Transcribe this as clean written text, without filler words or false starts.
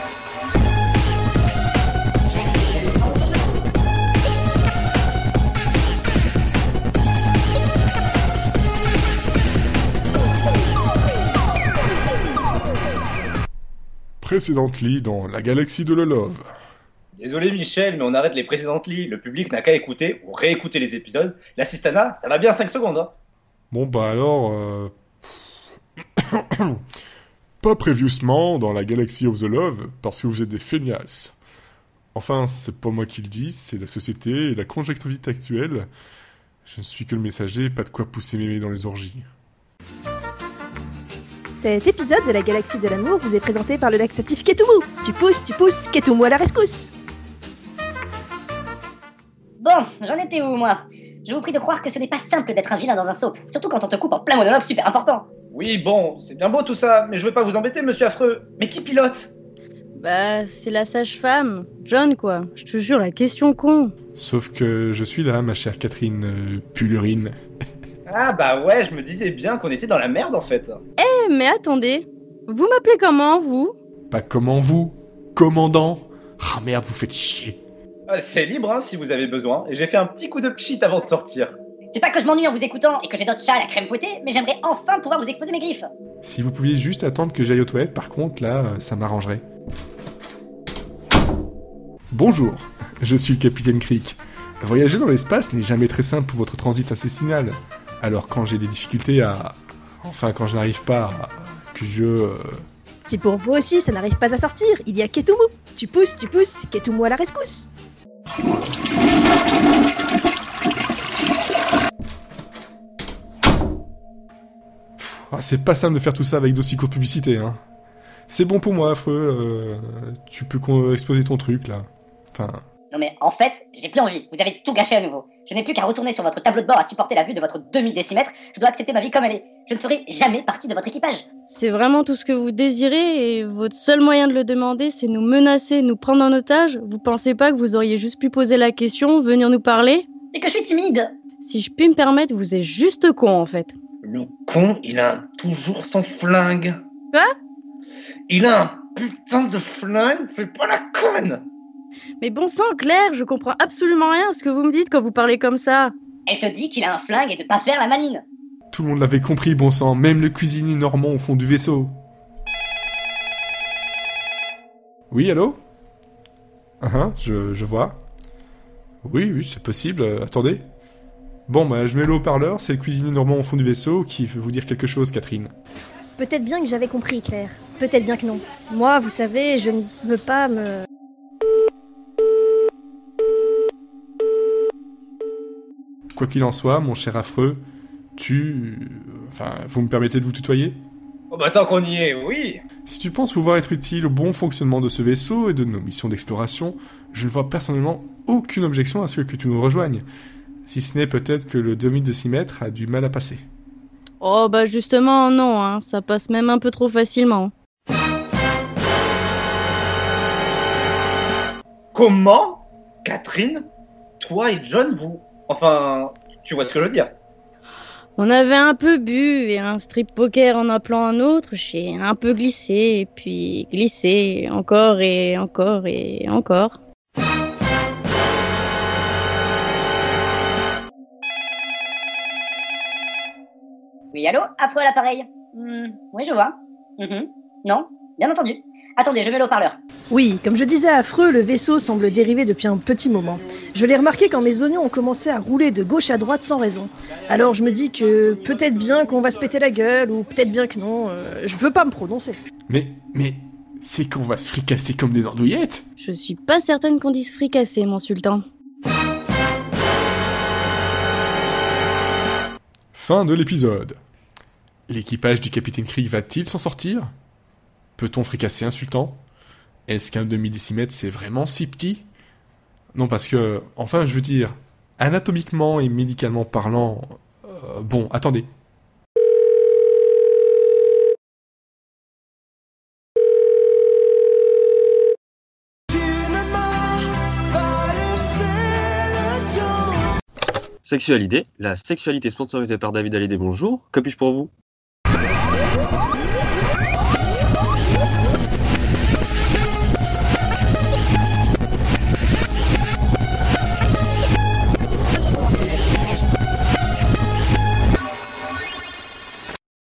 Précédently dans la galaxie de Lolov. Désolé Michel, mais on arrête les précédentes lits. Le public n'a qu'à écouter ou réécouter les épisodes. L'assistana, ça va bien 5 secondes. Hein. Bon bah alors... Pas previously dans la galaxie of the Love, parce que vous êtes des feignasses. Enfin, c'est pas moi qui le dis, c'est la société et la conjonctivité actuelle. Je ne suis que le messager, pas de quoi pousser mémé dans les orgies. Cet épisode de la Galaxie de l'amour vous est présenté par le laxatif Ketumu. Tu pousses, Ketumu à la rescousse. Bon, j'en étais où, moi ? Je vous prie de croire que ce n'est pas simple d'être un vilain dans un soap, surtout quand on te coupe en plein monologue super important. Oui, bon, c'est bien beau tout ça, mais je veux pas vous embêter, monsieur affreux. Mais qui pilote ? Bah, c'est la sage-femme, John quoi. Je te jure, la question con. Sauf que je suis là, ma chère Catherine Pulurine. Ah bah ouais, je me disais bien qu'on était dans la merde en fait. Eh, mais attendez, vous m'appelez comment, vous ? Pas comment vous, commandant. Ah merde, vous faites chier. C'est libre hein, si vous avez besoin, et j'ai fait un petit coup de pchit avant de sortir. C'est pas que je m'ennuie en vous écoutant et que j'ai d'autres chats à la crème fouettée, mais j'aimerais enfin pouvoir vous exposer mes griffes. Si vous pouviez juste attendre que j'aille aux toilettes, par contre, là, ça m'arrangerait. Bonjour, je suis le capitaine Creek. Voyager dans l'espace n'est jamais très simple pour votre transit intestinal. Alors quand j'ai des difficultés à... Enfin, quand je n'arrive pas à... Que je... Si pour vous aussi ça n'arrive pas à sortir, il y a Ketumu. Tu pousses, Ketumu à la rescousse. Ah, c'est pas simple de faire tout ça avec d'aussi courte publicité, hein. C'est bon pour moi, affreux. Tu peux exposer ton truc, là. Enfin... Non mais en fait, j'ai plus envie, vous avez tout gâché à nouveau. Je n'ai plus qu'à retourner sur votre tableau de bord à supporter la vue de votre demi-décimètre, je dois accepter ma vie comme elle est. Je ne ferai jamais partie de votre équipage. C'est vraiment tout ce que vous désirez et votre seul moyen de le demander, c'est nous menacer, nous prendre en otage ? Vous pensez pas que vous auriez juste pu poser la question, venir nous parler ? C'est que je suis timide. Si je puis me permettre, vous êtes juste con en fait. Le con, il a toujours son flingue. Quoi ? Il a un putain de flingue, fais pas la conne. Mais bon sang, Claire, je comprends absolument rien à ce que vous me dites quand vous parlez comme ça. Elle te dit qu'il a un flingue et de pas faire la maline. Tout le monde l'avait compris, bon sang, même le cuisinier normand au fond du vaisseau. Oui, allô ? Je vois. Oui, c'est possible, attendez. Bon, bah, je mets le haut-parleur, c'est le cuisinier normand au fond du vaisseau qui veut vous dire quelque chose, Catherine. Peut-être bien que j'avais compris, Claire. Peut-être bien que non. Moi, vous savez, je ne veux pas me... Quoi qu'il en soit, mon cher affreux, vous me permettez de vous tutoyer ? Oh bah tant qu'on y est, oui. Si tu penses pouvoir être utile au bon fonctionnement de ce vaisseau et de nos missions d'exploration, je ne vois personnellement aucune objection à ce que tu nous rejoignes. Si ce n'est peut-être que le demi-décimètre a du mal à passer. Oh bah justement non, hein, ça passe même un peu trop facilement. Comment ? Catherine ? Toi et John, vous... Enfin, tu vois ce que je veux dire. On avait un peu bu et un strip poker en appelant un autre, j'ai un peu glissé et puis glissé encore et encore et encore. Oui, allô ? Affreux à l'appareil. Oui, je vois. Non ? Bien entendu. Attendez, je mets le haut-parleur. Oui, comme je disais à Affreux, le vaisseau semble dériver depuis un petit moment. Je l'ai remarqué quand mes oignons ont commencé à rouler de gauche à droite sans raison. Alors je me dis que peut-être bien qu'on va se péter la gueule, ou peut-être bien que non, je peux pas me prononcer. Mais, c'est qu'on va se fricasser comme des andouillettes ? Je suis pas certaine qu'on dise fricasser, mon sultan. Fin de l'épisode. L'équipage du capitaine Creek va-t-il s'en sortir ? Peut-on fricasser un sultan ? Est-ce qu'un demi-décimètre c'est vraiment si petit ? Non, parce que, enfin, je veux dire, anatomiquement et médicalement parlant... bon, attendez. Sexualité, la sexualité sponsorisée par David Hallyday, bonjour. Que puis-je pour vous ?